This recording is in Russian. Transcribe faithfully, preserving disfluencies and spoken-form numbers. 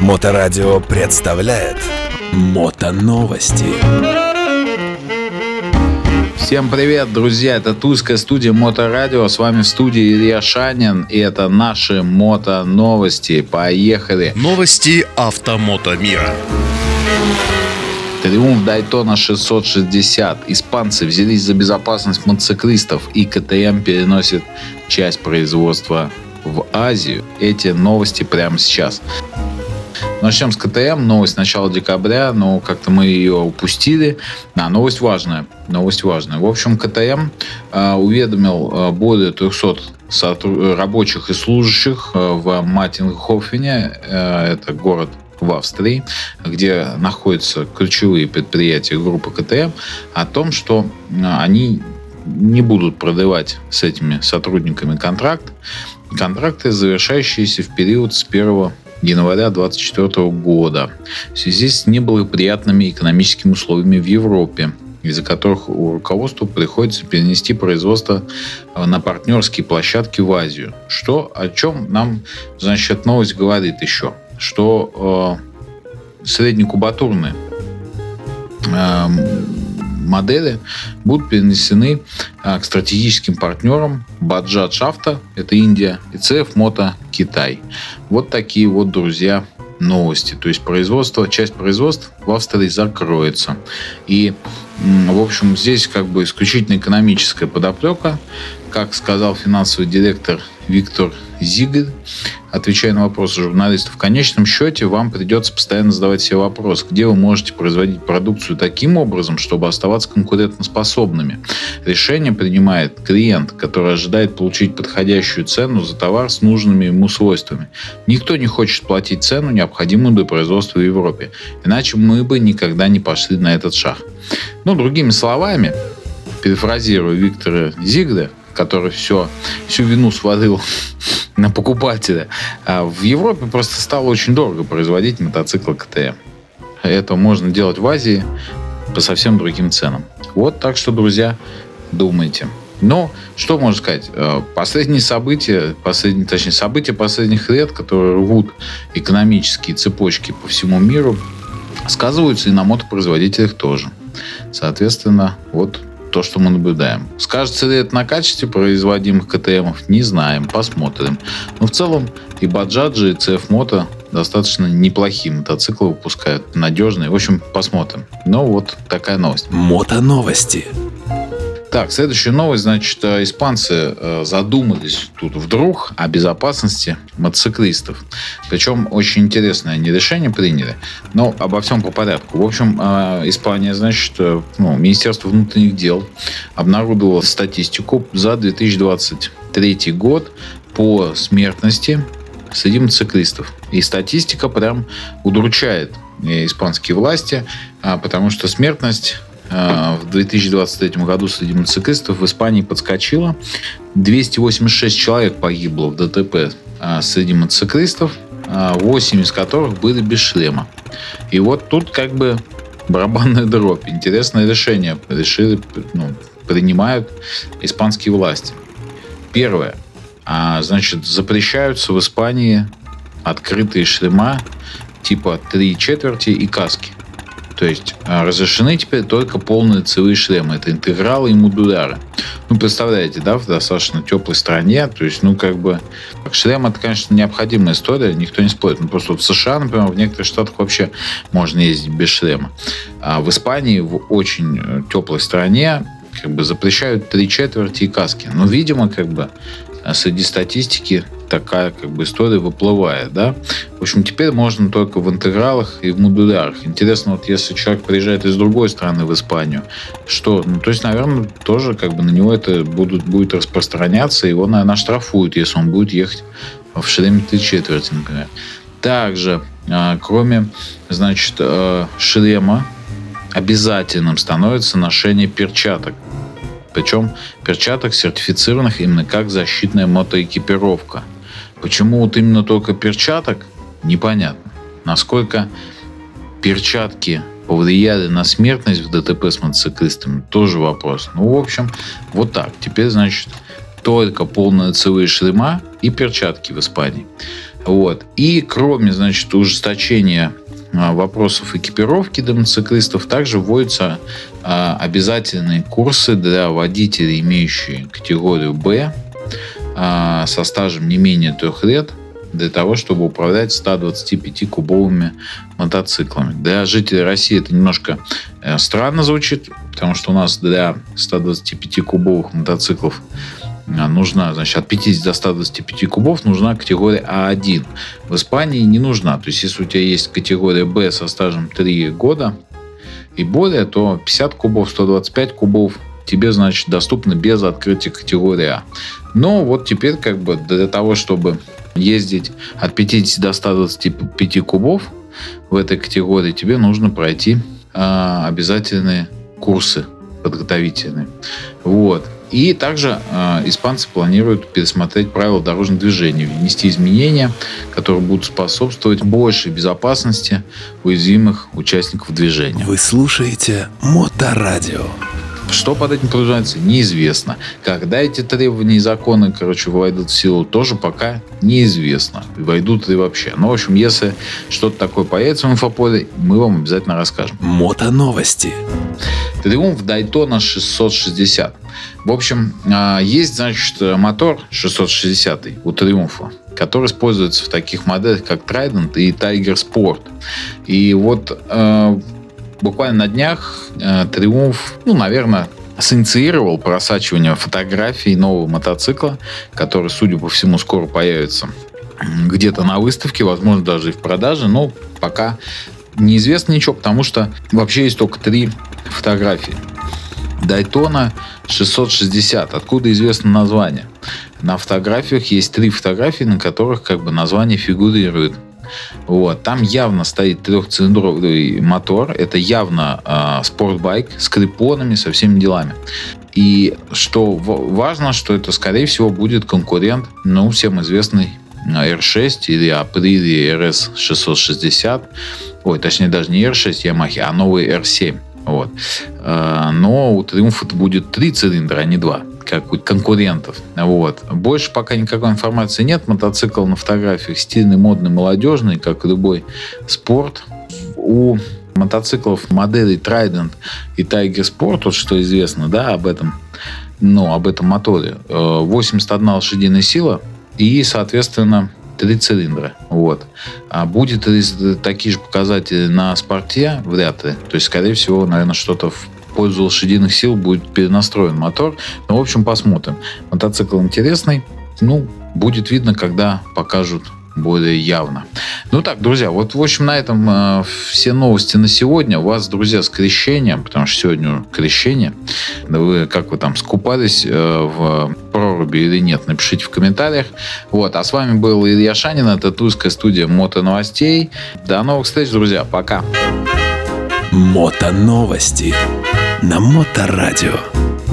Моторадио представляет Мотоновости. Всем привет, друзья! Это Тульская студия Моторадио. С вами в студии Илья Шанин. И это наши мотоновости. Поехали! Новости автомото мира. Триумф Дайтона шестьсот шестьдесят. Испанцы взялись за безопасность мотоциклистов, и КТМ переносит часть производства в Азию. Эти новости прямо сейчас. Начнем с КТМ. Новость начала декабря, но как-то мы ее упустили. А, новость важная. Новость важная. В общем, КТМ э, уведомил э, более трехсот сотру- рабочих и служащих э, в Маттингхофене. Э, это город в Австрии, где находятся ключевые предприятия группы КТМ, о том, что э, они не будут продлевать с этими сотрудниками контракт. Контракты, завершающиеся в период с первого января две тысячи двадцать четвёртого года в связи с неблагоприятными экономическими условиями в Европе, из-за которых у руководства приходится перенести производство на партнерские площадки в Азию. Что, о чем нам, значит, новость говорит еще? Что э, среднекубатурные э, модели будут перенесены э, к стратегическим партнерам Bajaj Auto, это Индия, и си эф Moto, Китай. Вот такие вот, друзья, новости. То есть производство, часть производства в Австрии закроется. И, в общем, здесь как бы исключительно экономическая подоплека. Как сказал финансовый директор Виктор Зигель, отвечая на вопросы журналистов, в конечном счете вам придется постоянно задавать себе вопрос, где вы можете производить продукцию таким образом, чтобы оставаться конкурентоспособными. Решение принимает клиент, который ожидает получить подходящую цену за товар с нужными ему свойствами. Никто не хочет платить цену, необходимую для производства в Европе. Иначе мы бы никогда не пошли на этот шаг. Ну, другими словами, перефразируя Виктора Зигля, который все, всю вину свалил на покупателя, в Европе просто стало очень дорого производить мотоциклы КТМ. Это можно делать в Азии по совсем другим ценам. Вот, так что, друзья, думайте. Но что можно сказать? Последние события, последние, точнее, события последних лет, которые рвут экономические цепочки по всему миру, сказываются и на мотопроизводителях тоже. Соответственно, вот то, что мы наблюдаем. Скажется ли это на качестве производимых КТМов? Не знаем, посмотрим. Но в целом и Bajaj, и си эф Moto достаточно неплохие мотоциклы выпускают, надежные. В общем, посмотрим. Ну вот такая новость. Мотоновости. Так, следующая новость. Значит, испанцы задумались тут вдруг о безопасности мотоциклистов. Причем очень интересное они решение приняли. Но обо всем по порядку. В общем, Испания, значит, ну, Министерство внутренних дел обнародовало статистику за две тысячи двадцать третий год по смертности среди мотоциклистов. И статистика прям удручает испанские власти, потому что смертность в две тысячи двадцать третьем году среди мотоциклистов в Испании подскочила. двести восемьдесят шесть человек погибло в ДТП среди мотоциклистов, восемь из которых были без шлема. И вот тут как бы барабанная дробь. Интересное решение решили, ну, принимают испанские власти. Первое. Значит, запрещаются в Испании открытые шлема типа три четверти и каски. То есть разрешены теперь только полные целые шлемы. Это интегралы и модуляры. Ну, представляете, да, в достаточно теплой стране. То есть, ну, как бы... Шлем — это, конечно, необходимая история, никто не спорит. Ну, просто вот в США, например, в некоторых штатах вообще можно ездить без шлема. А в Испании, в очень теплой стране, как бы запрещают три четверти и каски. Ну, видимо, как бы среди статистики такая как бы история выплывает, да. В общем, теперь можно только в интегралах и в модулярах. Интересно, вот если человек приезжает из другой страны в Испанию, что, ну, то есть, наверное, тоже как бы на него это будут, будет распространяться, его, наверное, оштрафуют, если он будет ехать в шлеме три четверти, например. Также, кроме, значит, шлема, обязательным становится ношение перчаток. Причем перчаток, сертифицированных именно как защитная мотоэкипировка. Почему вот именно только перчаток, непонятно. Насколько перчатки повлияли на смертность в ДТП с мотоциклистами, тоже вопрос. Ну, в общем, вот так. Теперь, значит, только полные целые шлема и перчатки в Испании. Вот. И кроме, значит, ужесточения вопросов экипировки для мотоциклистов, также вводятся а, обязательные курсы для водителей, имеющие категорию Б, а, со стажем не менее трех лет, для того, чтобы управлять ста двадцати пяти кубовыми мотоциклами. Для жителей России это немножко э, странно звучит, потому что у нас для ста двадцати пяти кубовых мотоциклов нужна, значит, от пятидесяти до ста двадцати пяти кубов нужна категория А один. В Испании не нужна. То есть, если у тебя есть категория Б со стажем три года и более, то пятьдесят кубов, сто двадцать пять кубов тебе, значит, доступны без открытия категории А. Но вот теперь, как бы, для того, чтобы ездить от пятидесяти до ста двадцати пяти кубов в этой категории, тебе нужно пройти э, обязательные курсы подготовительные. Вот. И также э, испанцы планируют пересмотреть правила дорожного движения, внести изменения, которые будут способствовать большей безопасности уязвимых участников движения. Вы слушаете Моторадио. Что под этим подразумевается, неизвестно. Когда эти требования и законы, короче, войдут в силу, тоже пока неизвестно. Войдут ли вообще. Но, в общем, если что-то такое появится в инфополе, мы вам обязательно расскажем. Мотоновости. Триумф Дайтона шестьсот шестьдесят. В общем, есть, значит, мотор шестьсот шестьдесят у Триумфа, который используется в таких моделях, как Trident и Tiger Sport. И вот буквально на днях Триумф, ну, наверное, синициировал просачивание фотографий нового мотоцикла, который, судя по всему, скоро появится где-то на выставке, возможно, даже и в продаже, но пока неизвестно ничего, потому что вообще есть только три фотографии. Дайтона шестьсот шестьдесят. Откуда известно название? На фотографиях есть три фотографии, на которых как бы название фигурирует. Вот. Там явно стоит трехцилиндровый мотор. Это явно э, спортбайк с крепонами, со всеми делами. И что важно, что это, скорее всего, будет конкурент, ну, всем известный эр шесть или Aprilia эр эс шестьсот шестьдесят. Ой, точнее, даже не эр шесть Yamaha, а новый эр семь. Вот. Но у Триумфа будет три цилиндра, а не два, как у конкурентов. Вот. Больше пока никакой информации нет. Мотоцикл на фотографиях стильный, модный, молодежный, как любой спорт. У мотоциклов моделей Trident и Tiger Sport, вот что известно, да, об этом, ну, об этом моторе, восемьдесят одна лошадиная сила и, соответственно, три цилиндра. Вот. А будет ли такие же показатели на спорте? Вряд ли. То есть, скорее всего, наверное, что-то в пользу лошадиных сил будет перенастроен мотор. Ну, в общем, посмотрим. Мотоцикл интересный. Ну, будет видно, когда покажут более явно. Ну так, друзья, вот, в общем, на этом э, все новости на сегодня. У вас, друзья, с крещением, потому что сегодня крещение. Да вы, как вы там, скупались э, в проруби или нет, напишите в комментариях. Вот, а с вами был Илья Шанин, это тульская студия Мотоновостей. До новых встреч, друзья, пока. Мотоновости на Моторадио.